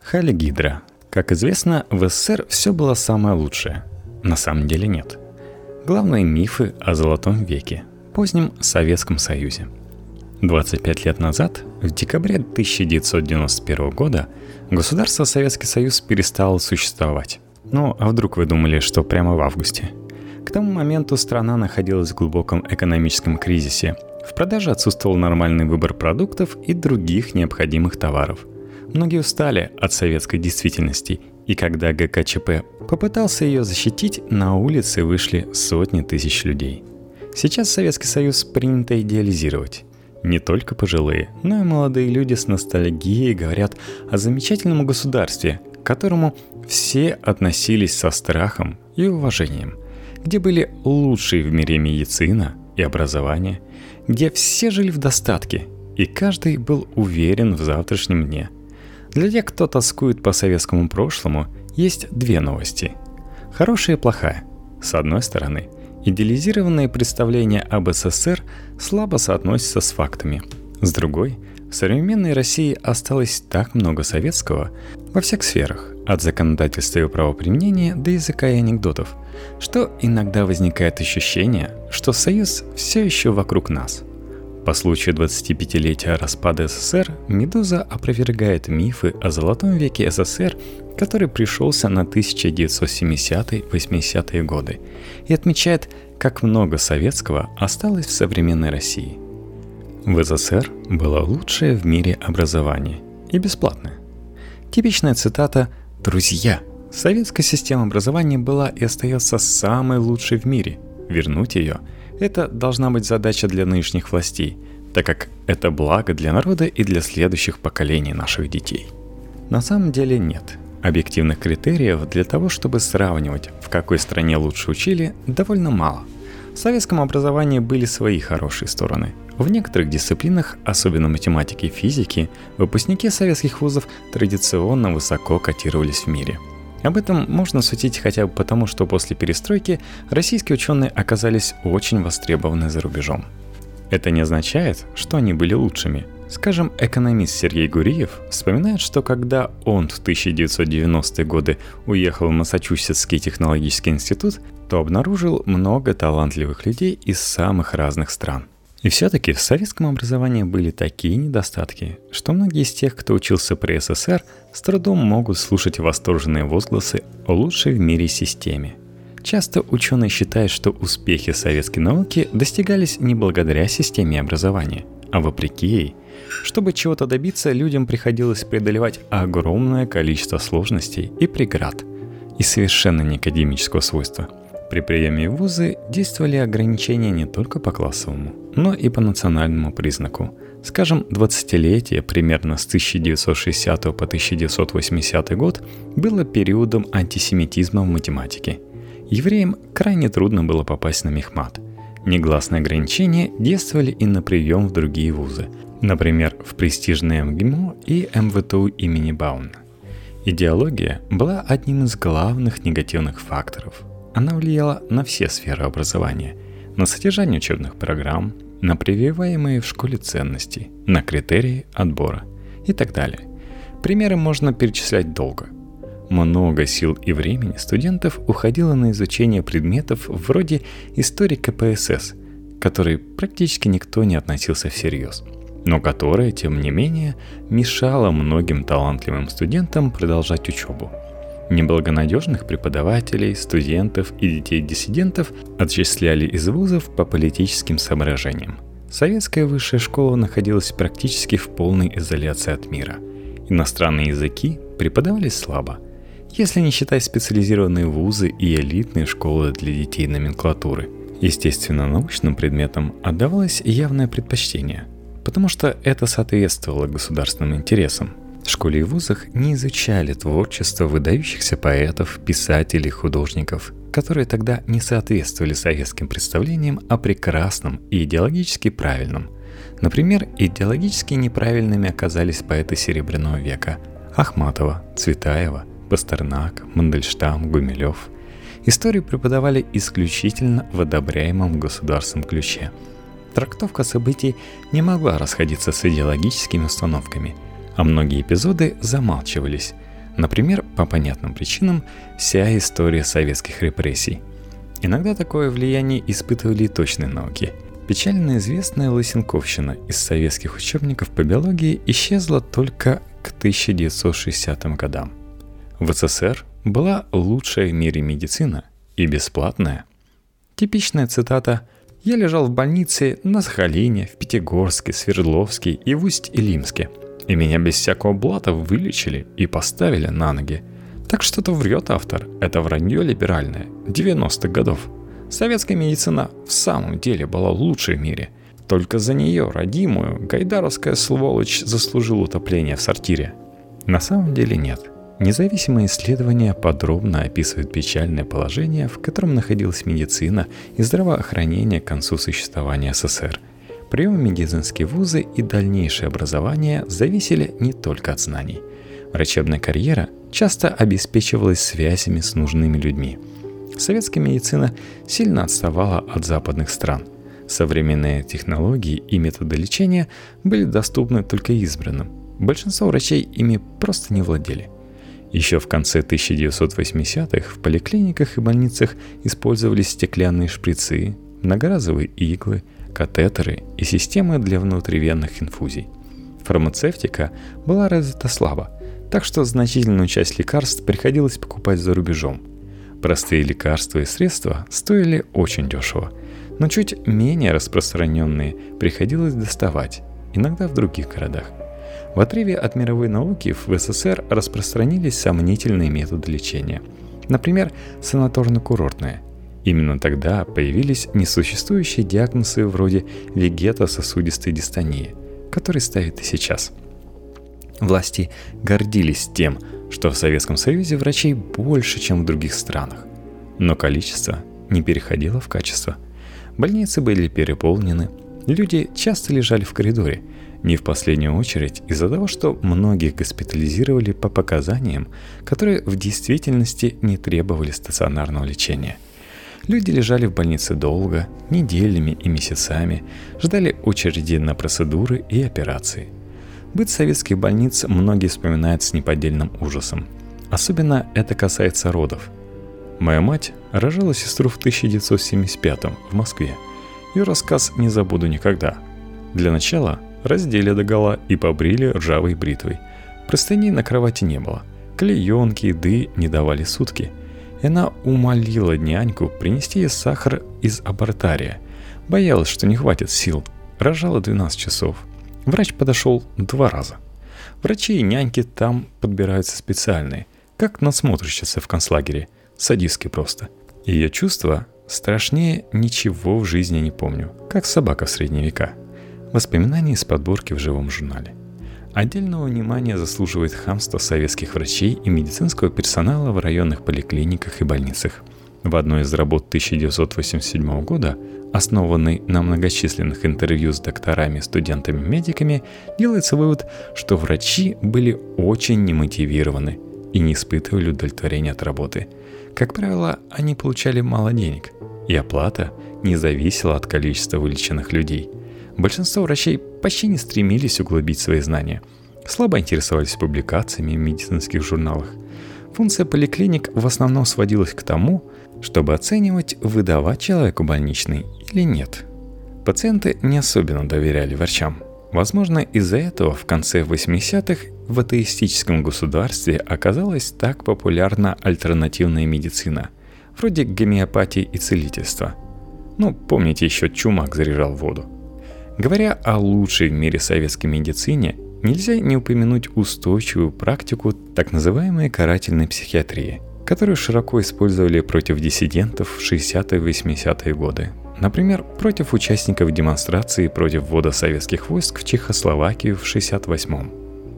Хали Гидра. Как известно, в СССР все было самое лучшее. На самом деле нет. Главные мифы о Золотом веке, позднем Советском Союзе. 25 лет назад, в декабре 1991 года, государство Советский Союз перестало существовать. Ну, а вдруг вы думали, что прямо в августе? К тому моменту страна находилась в глубоком экономическом кризисе. В продаже отсутствовал нормальный выбор продуктов и других необходимых товаров. Многие устали от советской действительности, и когда ГКЧП попытался ее защитить, на улицы вышли сотни тысяч людей. Сейчас Советский Союз принято идеализировать. Не только пожилые, но и молодые люди с ностальгией говорят о замечательном государстве, к которому все относились со страхом и уважением, где были лучшие в мире медицина и образование, где все жили в достатке, и каждый был уверен в завтрашнем дне. Для тех, кто тоскует по советскому прошлому, есть две новости. Хорошая и плохая. С одной стороны, идеализированные представления об СССР слабо соотносятся с фактами. С другой, в современной России осталось так много советского во всех сферах, от законодательства и правоприменения до языка и анекдотов, что иногда возникает ощущение, что Союз все еще вокруг нас. По случаю 25-летия распада СССР «Медуза» опровергает мифы о Золотом веке СССР, который пришелся на 1970-80-е годы, и отмечает, как много советского осталось в современной России. В СССР было лучшее в мире образование и бесплатное. Типичная цитата «Друзья, советская система образования была и остается самой лучшей в мире. Вернуть ее – это должна быть задача для нынешних властей, так как это благо для народа и для следующих поколений наших детей». На самом деле нет. Объективных критериев для того, чтобы сравнивать, в какой стране лучше учили, довольно мало. В советском образовании были свои хорошие стороны. В некоторых дисциплинах, особенно математике и физике, выпускники советских вузов традиционно высоко котировались в мире. Об этом можно судить хотя бы потому, что после перестройки российские ученые оказались очень востребованы за рубежом. Это не означает, что они были лучшими. Скажем, экономист Сергей Гуриев вспоминает, что когда он в 1990-е годы уехал в Массачусетский технологический институт, то обнаружил много талантливых людей из самых разных стран. И все-таки в советском образовании были такие недостатки, что многие из тех, кто учился при СССР, с трудом могут слушать восторженные возгласы о лучшей в мире системе. Часто ученые считают, что успехи советской науки достигались не благодаря системе образования, а вопреки ей. Чтобы чего-то добиться, людям приходилось преодолевать огромное количество сложностей и преград, и совершенно не академического свойства. При приеме в вузы действовали ограничения не только по классовому, но и по национальному признаку. Скажем, 20-летие примерно с 1960 по 1980 год было периодом антисемитизма в математике. Евреям крайне трудно было попасть на мехмат. Негласные ограничения действовали и на прием в другие вузы, например, в престижные МГИМО и МВТУ имени Бауна. Идеология была одним из главных негативных факторов. Она влияла на все сферы образования, на содержание учебных программ, на прививаемые в школе ценности, на критерии отбора и так далее. Примеры можно перечислять долго. Много сил и времени студентов уходило на изучение предметов вроде истории КПСС, к которой практически никто не относился всерьез, но которая, тем не менее, мешала многим талантливым студентам продолжать учебу. Неблагонадежных преподавателей, студентов и детей-диссидентов отчисляли из вузов по политическим соображениям. Советская высшая школа находилась практически в полной изоляции от мира. Иностранные языки преподавались слабо, если не считать специализированные вузы и элитные школы для детей номенклатуры. Естественно, научным предметам отдавалось явное предпочтение, потому что это соответствовало государственным интересам. В школе и вузах не изучали творчество выдающихся поэтов, писателей, художников, которые тогда не соответствовали советским представлениям о прекрасном и идеологически правильном. Например, идеологически неправильными оказались поэты Серебряного века – Ахматова, Цветаева, Пастернак, Мандельштам, Гумилев. Историю преподавали исключительно в одобряемом государством ключе. Трактовка событий не могла расходиться с идеологическими установками, а многие эпизоды замалчивались. Например, по понятным причинам, вся история советских репрессий. Иногда такое влияние испытывали и точные науки. Печально известная лысенковщина из советских учебников по биологии исчезла только к 1960 годам. В СССР была лучшая в мире медицина и бесплатная. Типичная цитата: «Я лежал в больнице на Сахалине, в Пятигорске, Свердловске и в Усть-Илимске, и меня без всякого блата вылечили и поставили на ноги». Так что-то врет автор. Это вранье либеральное, 90-х годов. Советская медицина в самом деле была лучшей в мире. Только за нее, родимую, гайдаровская сволочь заслужила утопление в сортире. На самом деле нет. Независимые исследования подробно описывают печальное положение, в котором находилась медицина и здравоохранение к концу существования СССР. Прием в медицинские вузы и дальнейшее образование зависели не только от знаний. Врачебная карьера часто обеспечивалась связями с нужными людьми. Советская медицина сильно отставала от западных стран. Современные технологии и методы лечения были доступны только избранным. Большинство врачей ими просто не владели. Еще в конце 1980-х в поликлиниках и больницах использовались стеклянные шприцы, многоразовые иглы, катетеры и системы для внутривенных инфузий. Фармацевтика была развита слабо, так что значительную часть лекарств приходилось покупать за рубежом. Простые лекарства и средства стоили очень дешево, но чуть менее распространенные приходилось доставать, иногда в других городах. В отрыве от мировой науки в СССР распространились сомнительные методы лечения. Например, санаторно-курортные. Именно тогда появились несуществующие диагнозы вроде вегетососудистой дистонии, которые ставят и сейчас. Власти гордились тем, что в Советском Союзе врачей больше, чем в других странах. Но количество не переходило в качество. Больницы были переполнены, люди часто лежали в коридоре, не в последнюю очередь из-за того, что многих госпитализировали по показаниям, которые в действительности не требовали стационарного лечения. Люди лежали в больнице долго, неделями и месяцами, ждали очереди на процедуры и операции. Быт советских больниц многие вспоминают с неподдельным ужасом. Особенно это касается родов. Моя мать рожала сестру в 1975 в Москве. Ее рассказ не забуду никогда. Для начала раздели догола и побрили ржавой бритвой. Простыней на кровати не было. Клеенки, еды не давали сутки. И она умолила няньку принести ей сахар из абортария. Боялась, что не хватит сил. Рожала 12 часов. Врач подошел 2 раза. Врачи и няньки там подбираются специальные, как надсмотрщицы в концлагере. Садистски просто. Ее чувства страшнее ничего в жизни не помню, как собака в средние века. Воспоминания из подборки в живом журнале. Отдельного внимания заслуживает хамство советских врачей и медицинского персонала в районных поликлиниках и больницах. В одной из работ 1987 года, основанной на многочисленных интервью с докторами, студентами, медиками, делается вывод, что врачи были очень немотивированы и не испытывали удовлетворения от работы. Как правило, они получали мало денег, и оплата не зависела от количества вылеченных людей. Большинство врачей почти не стремились углубить свои знания, слабо интересовались публикациями в медицинских журналах. Функция поликлиник в основном сводилась к тому, чтобы оценивать, выдавать человеку больничный или нет. Пациенты не особенно доверяли врачам. Возможно, из-за этого в конце 80-х в атеистическом государстве оказалась так популярна альтернативная медицина, вроде гомеопатии и целительства. Помните, еще Чумак заряжал воду. Говоря о лучшей в мире советской медицине, нельзя не упомянуть устойчивую практику так называемой карательной психиатрии, которую широко использовали против диссидентов в 60-е и 80-е годы. Например, против участников демонстрации против ввода советских войск в Чехословакию в 68-м.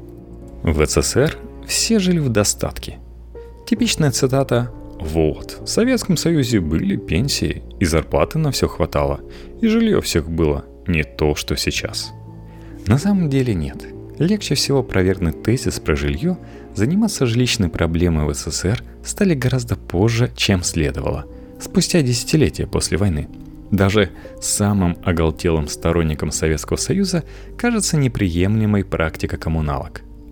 В СССР все жили в достатке. Типичная цитата: «Вот, в Советском Союзе были пенсии, и зарплаты на все хватало, и жилье всех было, не то, что сейчас». На самом деле нет. Легче всего провернуть тезис про жилье, заниматься жилищной проблемой в СССР стали гораздо позже, чем следовало, спустя десятилетия после войны. Даже самым оголтелым сторонникам Советского Союза кажется неприемлемой практика коммуналок.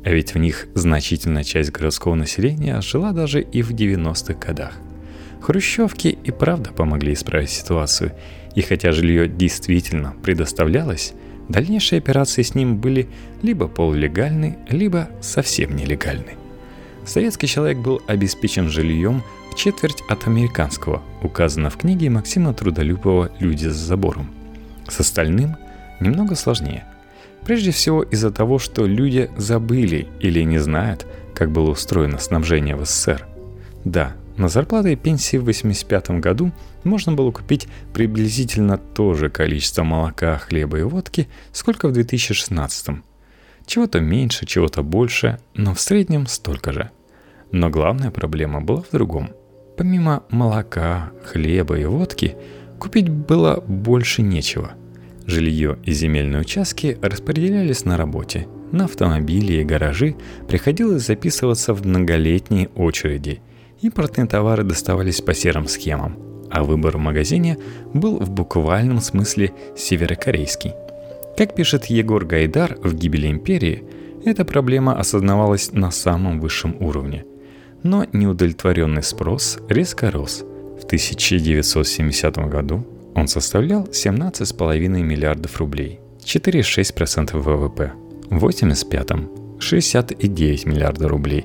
А ведь в них значительная часть городского населения жила даже и в 90-х годах. Хрущевки и правда помогли исправить ситуацию, и хотя жилье действительно предоставлялось, дальнейшие операции с ним были либо полулегальны, либо совсем нелегальны. Советский человек был обеспечен жильем в четверть от американского, указано в книге Максима Трудолюбова «Люди за забором». С остальным немного сложнее. Прежде всего из-за того, что люди забыли или не знают, как было устроено снабжение в СССР. Да, на зарплаты и пенсии в 1985 году можно было купить приблизительно то же количество молока, хлеба и водки, сколько в 2016. Чего-то меньше, чего-то больше, но в среднем столько же. Но главная проблема была в другом. Помимо молока, хлеба и водки, купить было больше нечего. Жилье и земельные участки распределялись на работе. На автомобили и гаражи приходилось записываться в многолетние очереди. Импортные товары доставались по серым схемам, а выбор в магазине был в буквальном смысле северокорейский. Как пишет Егор Гайдар в «Гибели империи», эта проблема осознавалась на самом высшем уровне. Но неудовлетворенный спрос резко рос. В 1970 году он составлял 17,5 миллиардов рублей, 4,6% ВВП. В 1985 – 69 миллиардов рублей,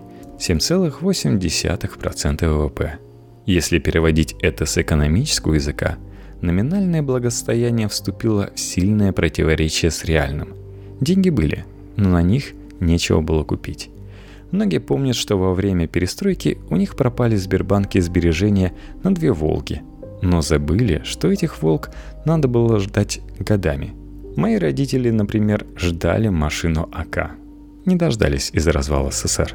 7,8% ВВП. Если переводить это с экономического языка, номинальное благосостояние вступило в сильное противоречие с реальным. Деньги были, но на них нечего было купить. Многие помнят, что во время перестройки у них пропали в Сбербанке сбережения на 2 «Волги», но забыли, что этих «Волг» надо было ждать годами. Мои родители, например, ждали машину АК. Не дождались из-за развала СССР.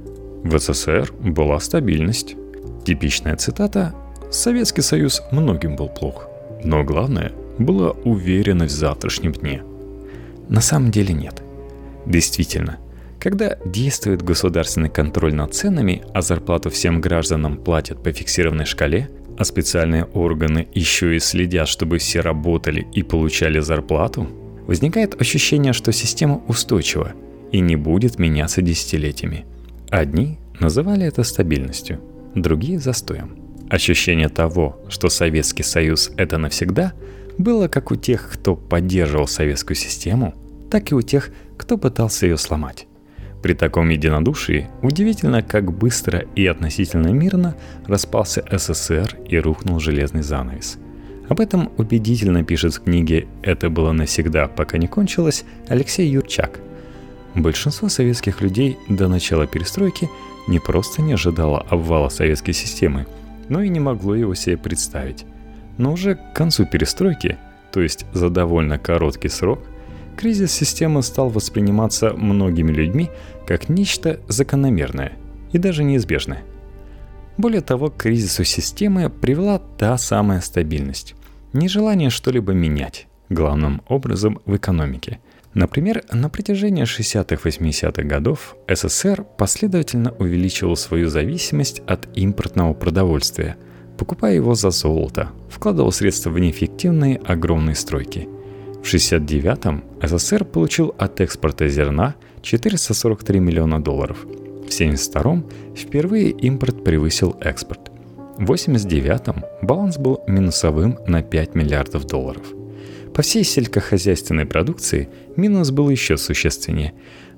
В СССР была стабильность. Типичная цитата: «Советский Союз многим был плох, но главное была уверенность в завтрашнем дне». На самом деле нет. Действительно, когда действует государственный контроль над ценами, а зарплату всем гражданам платят по фиксированной шкале, а специальные органы еще и следят, чтобы все работали и получали зарплату, возникает ощущение, что система устойчива и не будет меняться десятилетиями. Одни называли это стабильностью, другие – застоем. Ощущение того, что Советский Союз – это навсегда, было как у тех, кто поддерживал советскую систему, так и у тех, кто пытался ее сломать. При таком единодушии удивительно, как быстро и относительно мирно распался СССР и рухнул железный занавес. Об этом убедительно пишет в книге «Это было навсегда, пока не кончилось» Алексей Юрчак. Большинство советских людей до начала перестройки не просто не ожидало обвала советской системы, но и не могло его себе представить. Но уже к концу перестройки, то есть за довольно короткий срок, кризис системы стал восприниматься многими людьми как нечто закономерное и даже неизбежное. Более того, к кризису системы привела та самая стабильность, нежелание что-либо менять, главным образом в экономике. Например, на протяжении 60-80-х годов СССР последовательно увеличивал свою зависимость от импортного продовольствия, покупая его за золото, вкладывал средства в неэффективные огромные стройки. В 1969-м СССР получил от экспорта зерна $443 миллиона. В 1972-м впервые импорт превысил экспорт. В 1989-м баланс был минусовым на $5 миллиардов. По всей сельскохозяйственной продукции минус был еще существеннее –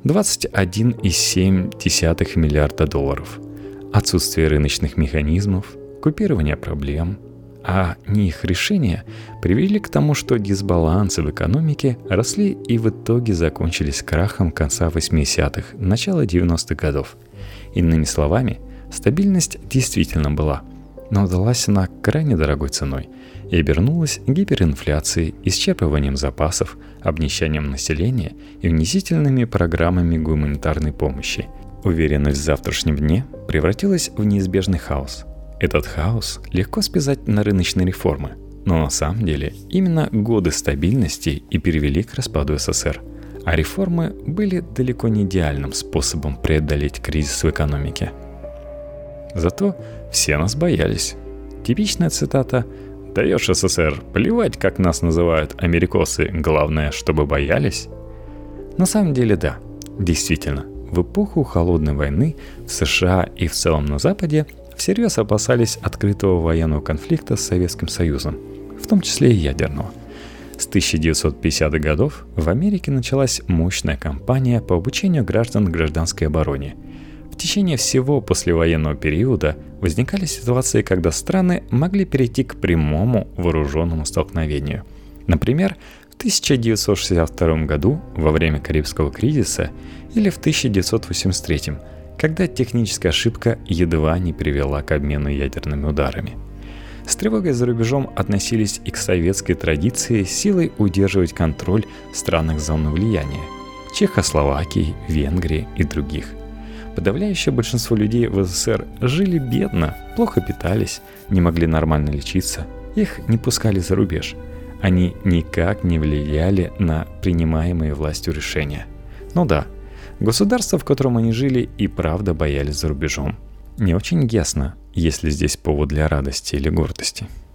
$21,7 миллиарда. Отсутствие рыночных механизмов, купирование проблем, а не их решения привели к тому, что дисбалансы в экономике росли и в итоге закончились крахом конца 80-х, начала 90-х годов. Иными словами, стабильность действительно была, но далась она крайне дорогой ценой и обернулась гиперинфляцией, исчерпыванием запасов, обнищанием населения и унизительными программами гуманитарной помощи. Уверенность в завтрашнем дне превратилась в неизбежный хаос. Этот хаос легко списать на рыночные реформы, но на самом деле именно годы стабильности и привели к распаду СССР, а реформы были далеко не идеальным способом преодолеть кризис в экономике. Зато все нас боялись. Типичная цитата: «Даешь СССР, плевать, как нас называют америкосы, главное, чтобы боялись». На самом деле да, действительно, в эпоху Холодной войны в США и в целом на Западе всерьез опасались открытого военного конфликта с Советским Союзом, в том числе и ядерного. С 1950-х годов в Америке началась мощная кампания по обучению граждан гражданской обороне. В течение всего послевоенного периода возникали ситуации, когда страны могли перейти к прямому вооруженному столкновению. Например, в 1962 году во время Карибского кризиса или в 1983, когда техническая ошибка едва не привела к обмену ядерными ударами. С тревогой за рубежом относились и к советской традиции силой удерживать контроль в странах зоны влияния – Чехословакии, Венгрии и других. Подавляющее большинство людей в СССР жили бедно, плохо питались, не могли нормально лечиться, их не пускали за рубеж. Они никак не влияли на принимаемые властью решения. Ну да, государство, в котором они жили, и правда боялись за рубежом. Не очень ясно, есть ли здесь повод для радости или гордости.